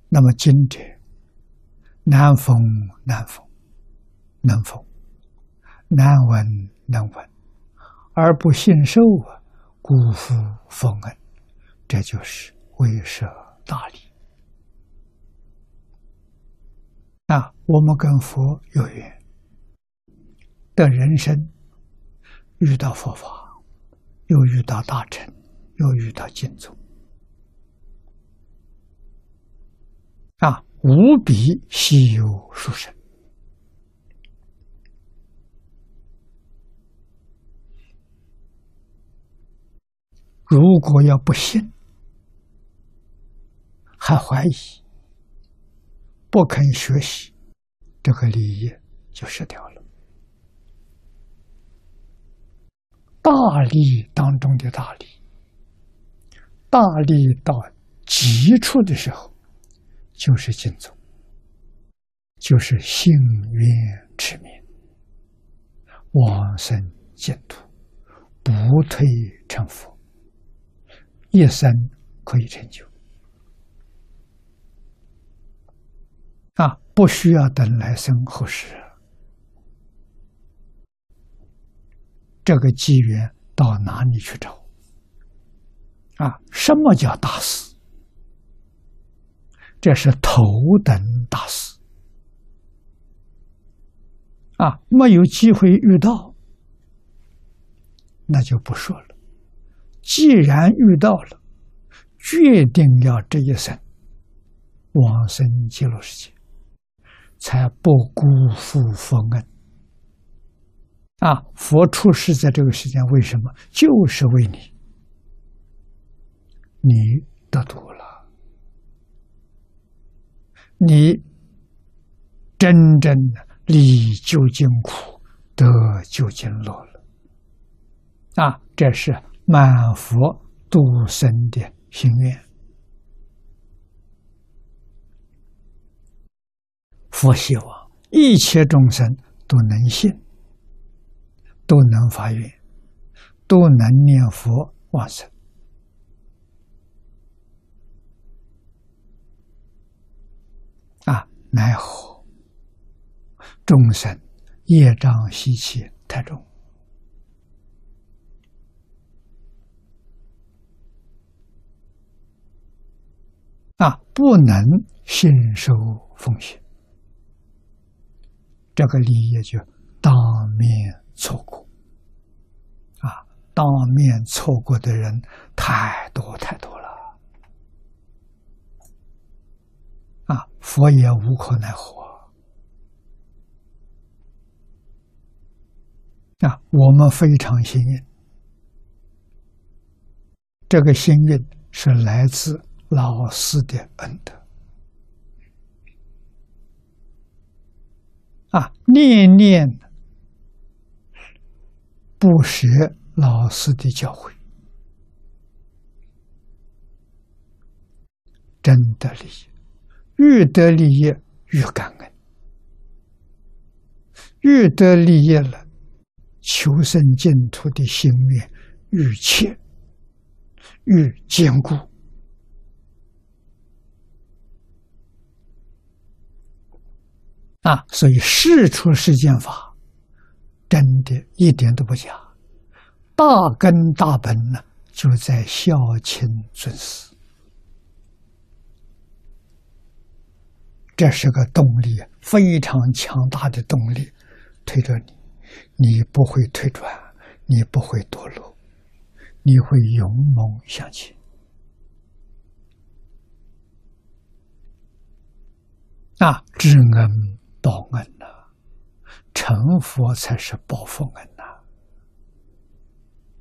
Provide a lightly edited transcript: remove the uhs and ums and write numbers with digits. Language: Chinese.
那么今者难逢难逢，能逢；难闻能闻，而不信受啊，辜负奉恩，这就是为舍大礼啊！我们跟佛有缘，的人生遇到佛法，又遇到大乘，又遇到净宗啊，无比稀有殊胜。如果要不信，还怀疑，不肯学习，这个利益就失掉了。大利当中的大利，大利到极处的时候，就是净宗，就是幸愿持名，往生净土，不退成佛，一生可以成就啊！不需要等来生后世，这个机缘到哪里去找啊？什么叫大事？这是头等大事啊！没有机会遇到，那就不说了。既然遇到了，决定要这一生往生极乐世界，才不辜负佛恩啊！佛出世在这个世间，为什么？就是为你，你得度了，你真正离究竟苦，得究竟乐了啊！这是满佛度生的心愿。佛希望一切众生都能信，都能发愿，都能念佛往生啊！奈何众生业障习气太重啊，不能信受奉行，这个利益就当面错过啊！当面错过的人太多太多了啊！佛也无可奈何啊！我们非常幸运，这个幸运是来自老师的恩德啊！念念不舍老师的教诲，真得利益，愈得利益愈感恩，愈得利益了，求生净土的心愿愈切愈坚固啊！所以事出世间法，真的一点都不假。大根大本呢，就在孝亲尊师，这是个动力，非常强大的动力，推着你，你不会退转，你不会堕落，你会勇猛向前啊！知恩报恩呐，成佛才是报佛恩。